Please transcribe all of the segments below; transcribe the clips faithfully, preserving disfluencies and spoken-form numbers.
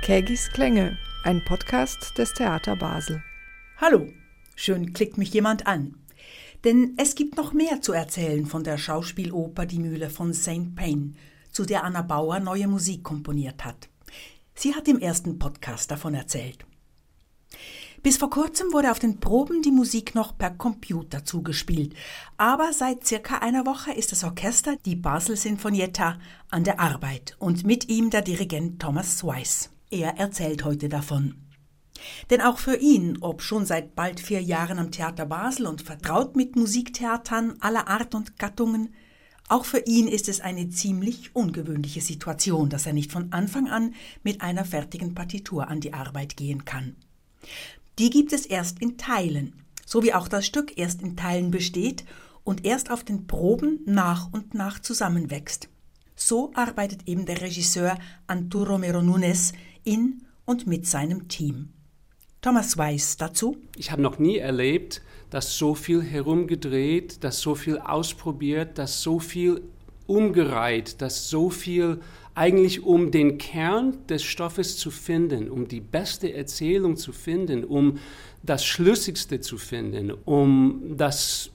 Kägis Klänge, ein Podcast des Theater Basel. Hallo, schön klickt mich jemand an. Denn es gibt noch mehr zu erzählen von der Schauspieloper Die Mühle von Saint Payne, zu der Anna Bauer neue Musik komponiert hat. Sie hat im ersten Podcast davon erzählt. Bis vor kurzem wurde auf den Proben die Musik noch per Computer zugespielt. Aber seit circa einer Woche ist das Orchester, die Basel Sinfonietta, an der Arbeit und mit ihm der Dirigent Thomas Weiss. Er erzählt heute davon. Denn auch für ihn, ob schon seit bald vier Jahren am Theater Basel und vertraut mit Musiktheatern aller Art und Gattungen, auch für ihn ist es eine ziemlich ungewöhnliche Situation, dass er nicht von Anfang an mit einer fertigen Partitur an die Arbeit gehen kann. Die gibt es erst in Teilen, so wie auch das Stück erst in Teilen besteht und erst auf den Proben nach und nach zusammenwächst. So arbeitet eben der Regisseur Antú Romero Nunes in und mit seinem Team. Thomas Weiss dazu. Ich habe noch nie erlebt, dass so viel herumgedreht, dass so viel ausprobiert, dass so viel umgereiht, dass so viel eigentlich um den Kern des Stoffes zu finden, um die beste Erzählung zu finden, um das Schlüssigste zu finden, um das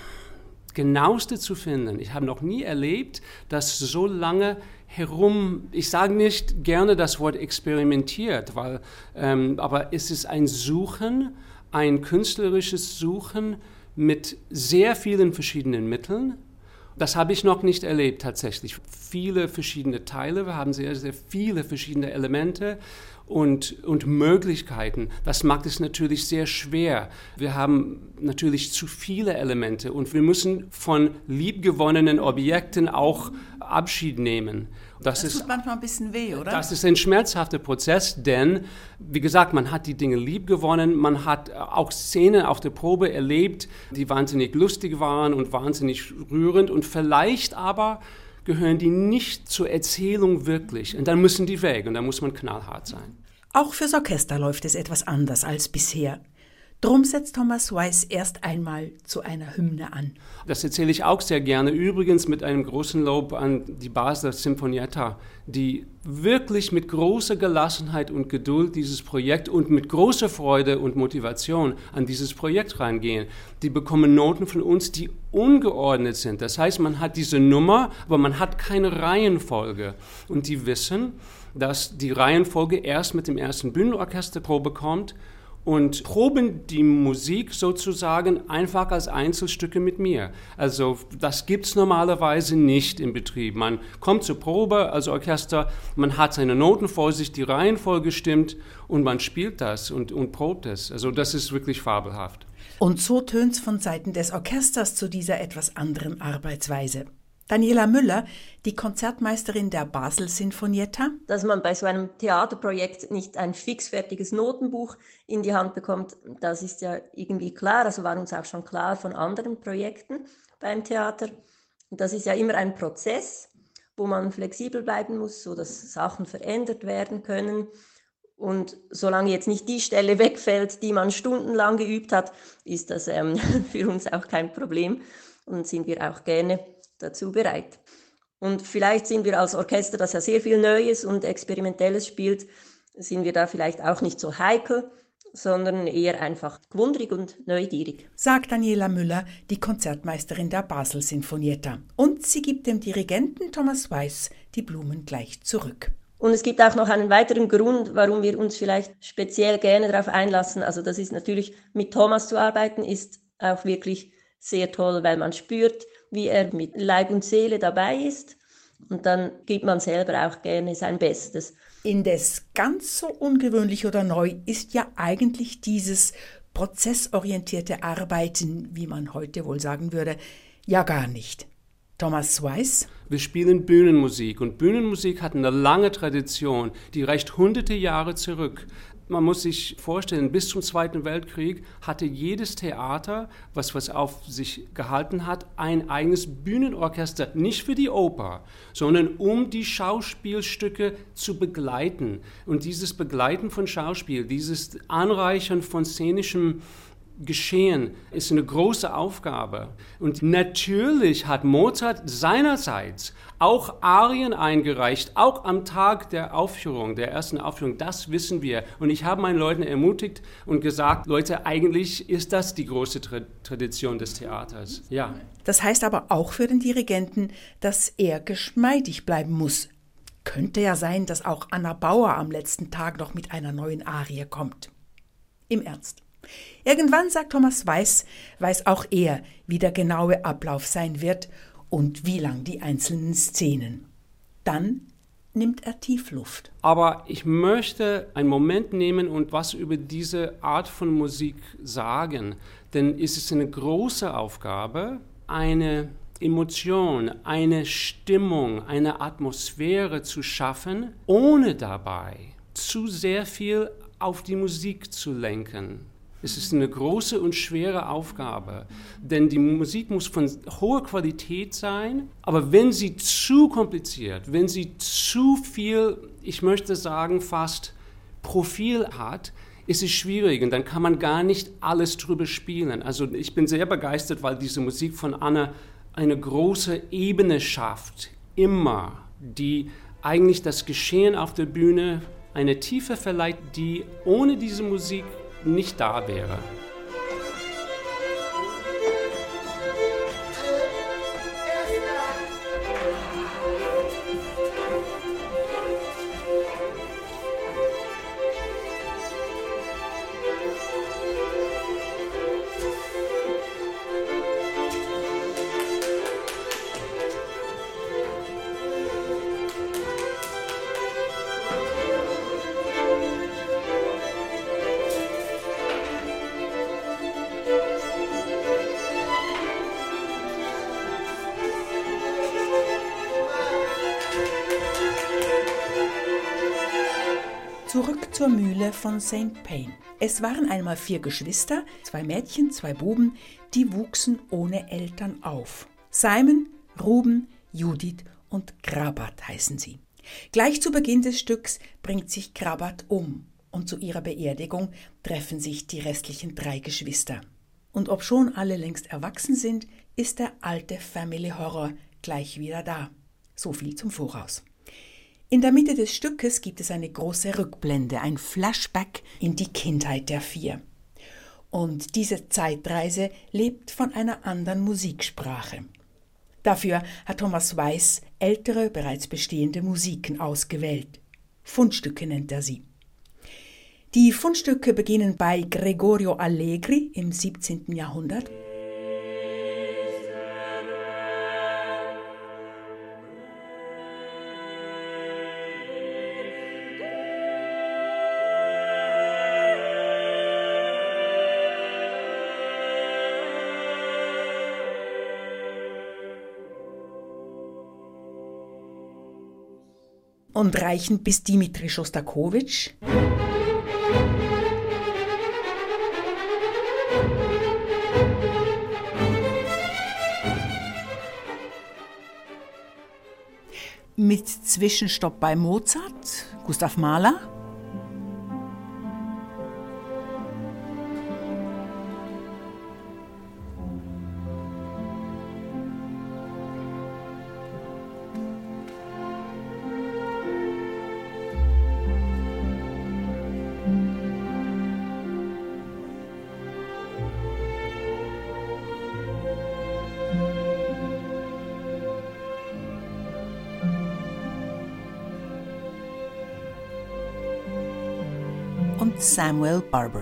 Genaueste zu finden. Ich habe noch nie erlebt, dass so lange herum, ich sage nicht gerne das Wort experimentiert, weil, ähm, aber es ist ein Suchen, ein künstlerisches Suchen mit sehr vielen verschiedenen Mitteln. Das habe ich noch nicht erlebt tatsächlich. Viele verschiedene Teile, wir haben sehr, sehr viele verschiedene Elemente und, und Möglichkeiten. Das macht es natürlich sehr schwer. Wir haben natürlich zu viele Elemente und wir müssen von liebgewonnenen Objekten auch Abschied nehmen. Das, das tut ist, manchmal ein bisschen weh, oder? Das ist ein schmerzhafter Prozess, denn, wie gesagt, man hat die Dinge liebgewonnen, man hat auch Szenen auf der Probe erlebt, die wahnsinnig lustig waren und wahnsinnig rührend und vielleicht aber gehören die nicht zur Erzählung wirklich. Und dann müssen die weg und dann muss man knallhart sein. Auch fürs Orchester läuft es etwas anders als bisher. Drum setzt Thomas Weiss erst einmal zu einer Hymne an. Das erzähle ich auch sehr gerne. Übrigens mit einem großen Lob an die Basler Sinfonietta, die wirklich mit großer Gelassenheit und Geduld dieses Projekt und mit großer Freude und Motivation an dieses Projekt reingehen. Die bekommen Noten von uns, die ungeordnet sind. Das heißt, man hat diese Nummer, aber man hat keine Reihenfolge. Und die wissen, dass die Reihenfolge erst mit dem ersten Bühnenorchesterprobe kommt und proben die Musik sozusagen einfach als Einzelstücke mit mir. Also das gibt es normalerweise nicht im Betrieb. Man kommt zur Probe als Orchester, man hat seine Noten vor sich, die Reihenfolge stimmt und man spielt das und, und probt es. Also das ist wirklich fabelhaft. Und so tönt es von Seiten des Orchesters zu dieser etwas anderen Arbeitsweise. Daniela Müller, die Konzertmeisterin der Basel Sinfonietta. Dass man bei so einem Theaterprojekt nicht ein fixfertiges Notenbuch in die Hand bekommt, das ist ja irgendwie klar. Also war uns auch schon klar von anderen Projekten beim Theater. Und das ist ja immer ein Prozess, wo man flexibel bleiben muss, so dass Sachen verändert werden können. Und solange jetzt nicht die Stelle wegfällt, die man stundenlang geübt hat, ist das ähm, für uns auch kein Problem und sind wir auch gerne dazu bereit. Und vielleicht sind wir als Orchester, das ja sehr viel Neues und Experimentelles spielt, sind wir da vielleicht auch nicht so heikel, sondern eher einfach gewundrig und neugierig. Sagt Daniela Müller, die Konzertmeisterin der Basel Sinfonietta. Und sie gibt dem Dirigenten Thomas Weiss die Blumen gleich zurück. Und es gibt auch noch einen weiteren Grund, warum wir uns vielleicht speziell gerne darauf einlassen. Also das ist natürlich, mit Thomas zu arbeiten, ist auch wirklich sehr toll, weil man spürt, wie er mit Leib und Seele dabei ist. Und dann gibt man selber auch gerne sein Bestes. Indes ganz so ungewöhnlich oder neu ist ja eigentlich dieses prozessorientierte Arbeiten, wie man heute wohl sagen würde, ja gar nicht. Thomas Weiss? Wir spielen Bühnenmusik und Bühnenmusik hat eine lange Tradition, die reicht hunderte Jahre zurück. Man muss sich vorstellen, bis zum Zweiten Weltkrieg hatte jedes Theater, was was auf sich gehalten hat, ein eigenes Bühnenorchester, nicht für die Oper, sondern um die Schauspielstücke zu begleiten. Und dieses Begleiten von Schauspiel, dieses Anreichern von szenischem geschehen, ist eine große Aufgabe. Und natürlich hat Mozart seinerseits auch Arien eingereicht, auch am Tag der Aufführung, der ersten Aufführung, das wissen wir. Und ich habe meinen Leuten ermutigt und gesagt, Leute, eigentlich ist das die große Tra- Tradition des Theaters. Ja. Das heißt aber auch für den Dirigenten, dass er geschmeidig bleiben muss. Könnte ja sein, dass auch Anna Bauer am letzten Tag noch mit einer neuen Arie kommt. Im Ernst. Irgendwann, sagt Thomas Weiß, weiß auch er, wie der genaue Ablauf sein wird und wie lang die einzelnen Szenen. Dann nimmt er Tiefluft. Aber ich möchte einen Moment nehmen und was über diese Art von Musik sagen. Denn es ist eine große Aufgabe, eine Emotion, eine Stimmung, eine Atmosphäre zu schaffen, ohne dabei zu sehr viel auf die Musik zu lenken. Es ist eine große und schwere Aufgabe, denn die Musik muss von hoher Qualität sein, aber wenn sie zu kompliziert, wenn sie zu viel, ich möchte sagen fast Profil hat, ist es schwierig und dann kann man gar nicht alles drüber spielen. Also ich bin sehr begeistert, weil diese Musik von Anna eine große Ebene schafft, immer, die eigentlich das Geschehen auf der Bühne eine Tiefe verleiht, die ohne diese Musik nicht da wäre. Zurück zur Mühle von Saint Pain. Es waren einmal vier Geschwister, zwei Mädchen, zwei Buben, die wuchsen ohne Eltern auf. Simon, Ruben, Judith und Krabat heißen sie. Gleich zu Beginn des Stücks bringt sich Krabat um und zu ihrer Beerdigung treffen sich die restlichen drei Geschwister. Und obschon alle längst erwachsen sind, ist der alte Family Horror gleich wieder da. So viel zum Voraus. In der Mitte des Stückes gibt es eine große Rückblende, ein Flashback in die Kindheit der vier. Und diese Zeitreise lebt von einer anderen Musiksprache. Dafür hat Thomas Weiß ältere, bereits bestehende Musiken ausgewählt. Fundstücke nennt er sie. Die Fundstücke beginnen bei Gregorio Allegri im siebzehnten Jahrhundert. Und reichen bis Dmitri Schostakowitsch. Mit Zwischenstopp bei Mozart, Gustav Mahler. Und Samuel Barber.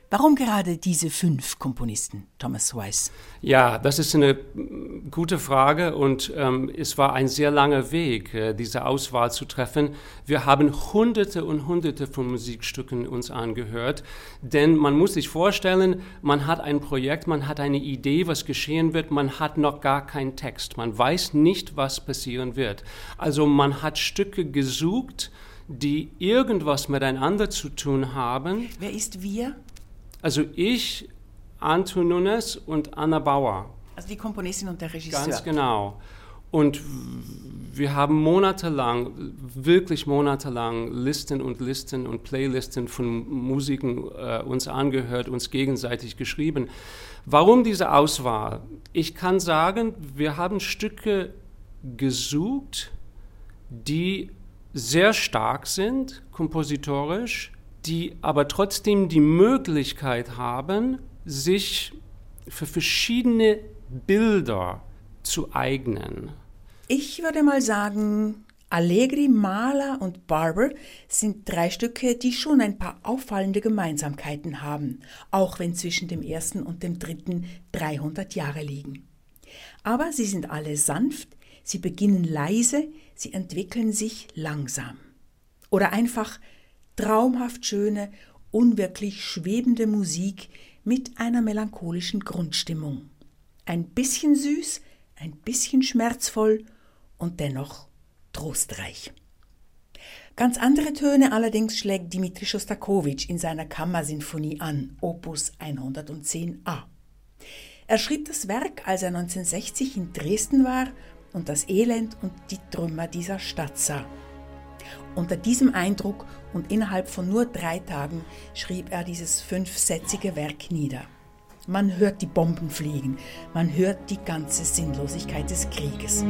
Warum gerade diese fünf Komponisten, Thomas Wise? Ja, das ist eine gute Frage und ähm, es war ein sehr langer Weg, äh, diese Auswahl zu treffen. Wir haben hunderte und hunderte von Musikstücken uns angehört, denn man muss sich vorstellen, man hat ein Projekt, man hat eine Idee, was geschehen wird, man hat noch gar keinen Text, man weiß nicht, was passieren wird. Also man hat Stücke gesucht, die irgendwas miteinander zu tun haben. Wer ist wir? Also ich, Anton Nunes und Anna Bauer. Also die Komponistin und der Regisseur. Ganz genau. Und wir haben monatelang, wirklich monatelang Listen und Listen und Playlisten von Musiken äh, uns angehört, uns gegenseitig geschrieben. Warum diese Auswahl? Ich kann sagen, wir haben Stücke gesucht, die sehr stark sind, kompositorisch, die aber trotzdem die Möglichkeit haben, sich für verschiedene Bilder zu eignen. Ich würde mal sagen, Allegri, Mahler und Barber sind drei Stücke, die schon ein paar auffallende Gemeinsamkeiten haben, auch wenn zwischen dem ersten und dem dritten dreihundert Jahre liegen. Aber sie sind alle sanft, sie beginnen leise, sie entwickeln sich langsam. Oder einfach traumhaft schöne, unwirklich schwebende Musik mit einer melancholischen Grundstimmung. Ein bisschen süß, ein bisschen schmerzvoll und dennoch trostreich. Ganz andere Töne allerdings schlägt Dmitri Schostakowitsch in seiner Kammersinfonie an, Opus hundertzehn a. Er schrieb das Werk, als er neunzehnhundertsechzig in Dresden war und das Elend und die Trümmer dieser Stadt sah. Unter diesem Eindruck und innerhalb von nur drei Tagen schrieb er dieses fünfsätzige Werk nieder. Man hört die Bomben fliegen, man hört die ganze Sinnlosigkeit des Krieges.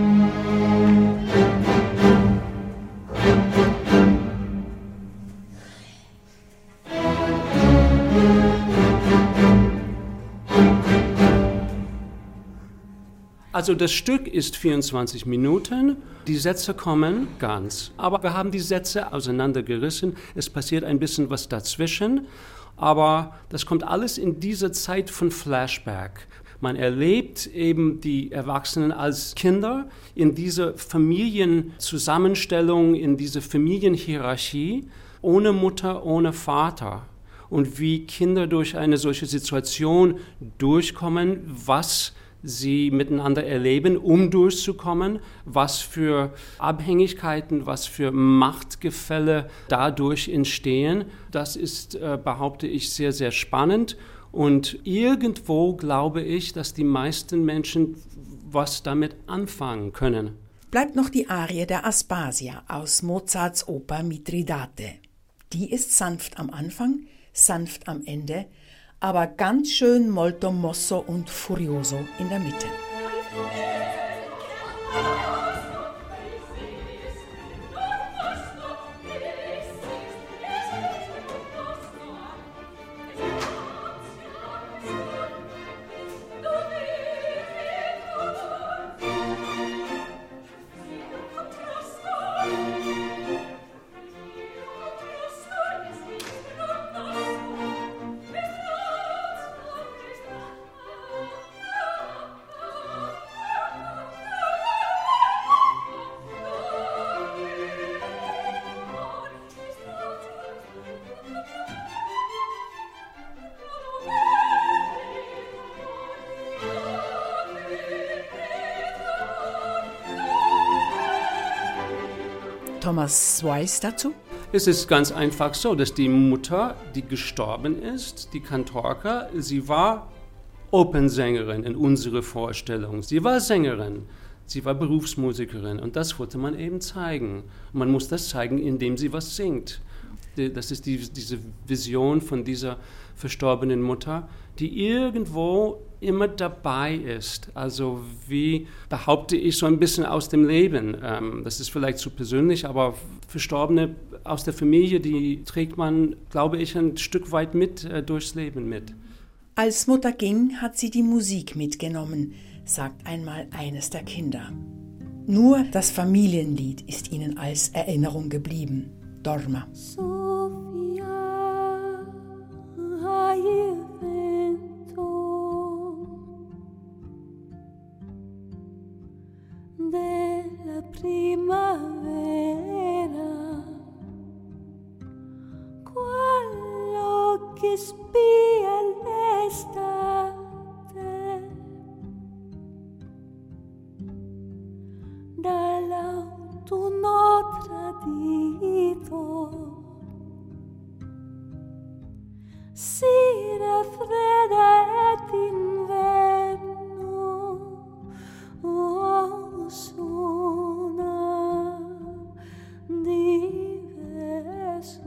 Also das Stück ist vierundzwanzig Minuten, die Sätze kommen ganz, aber wir haben die Sätze auseinandergerissen, es passiert ein bisschen was dazwischen, aber das kommt alles in diese Zeit von Flashback. Man erlebt eben die Erwachsenen als Kinder in dieser Familienzusammenstellung, in dieser Familienhierarchie, ohne Mutter, ohne Vater. Und wie Kinder durch eine solche Situation durchkommen, was sie miteinander erleben, um durchzukommen, was für Abhängigkeiten, was für Machtgefälle dadurch entstehen. Das ist, äh, behaupte ich, sehr, sehr spannend. Und irgendwo glaube ich, dass die meisten Menschen was damit anfangen können. Bleibt noch die Arie der Aspasia aus Mozarts Oper Mithridate. Die ist sanft am Anfang, sanft am Ende, aber ganz schön molto mosso und furioso in der Mitte. Thomas Wise dazu? Es ist ganz einfach so, dass die Mutter, die gestorben ist, die Kantorka, sie war Opernsängerin in unserer Vorstellung. Sie war Sängerin, sie war Berufsmusikerin und das wollte man eben zeigen. Und man muss das zeigen, indem sie was singt. Das ist die, diese Vision von dieser verstorbenen Mutter, die irgendwo immer dabei ist. Also wie behaupte ich so ein bisschen aus dem Leben. Das ist vielleicht zu persönlich, aber Verstorbene aus der Familie, die trägt man, glaube ich, ein Stück weit mit durchs Leben mit. Als Mutter ging, hat sie die Musik mitgenommen, sagt einmal eines der Kinder. Nur das Familienlied ist ihnen als Erinnerung geblieben. Dorma. Sophia, I che spia l'estate dall'autunno tradito. Si raffredda ed inverno oh, suona diverso.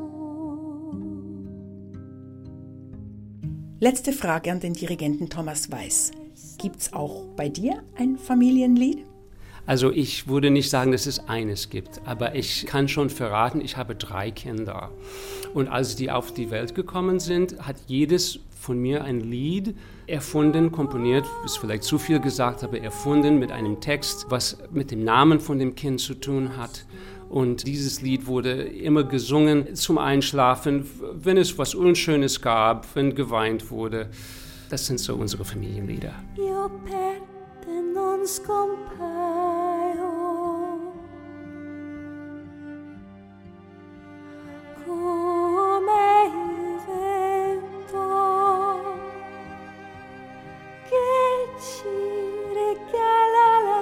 Letzte Frage an den Dirigenten Thomas Weiß. Gibt's auch bei dir ein Familienlied? Also ich würde nicht sagen, dass es eines gibt, aber ich kann schon verraten, ich habe drei Kinder. Und als die auf die Welt gekommen sind, hat jedes von mir ein Lied erfunden, komponiert, ist vielleicht zu viel gesagt, aber erfunden mit einem Text, was mit dem Namen von dem Kind zu tun hat. Und dieses Lied wurde immer gesungen zum Einschlafen, wenn es was Unschönes gab, wenn geweint wurde. Das sind so unsere Familienlieder. Io per te non scompaio, come il vento che ci regala la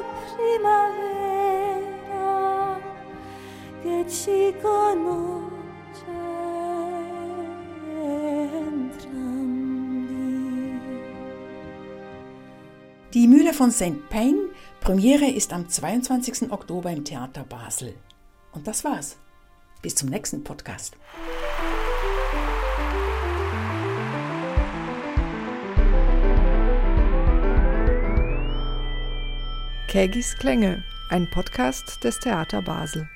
primavera, che ci conosce entrambi. Die Mühle von Saint Pain, Premiere ist am zweiundzwanzigsten Oktober im Theater Basel. Und das war's. Bis zum nächsten Podcast. Kägis Klänge, ein Podcast des Theater Basel.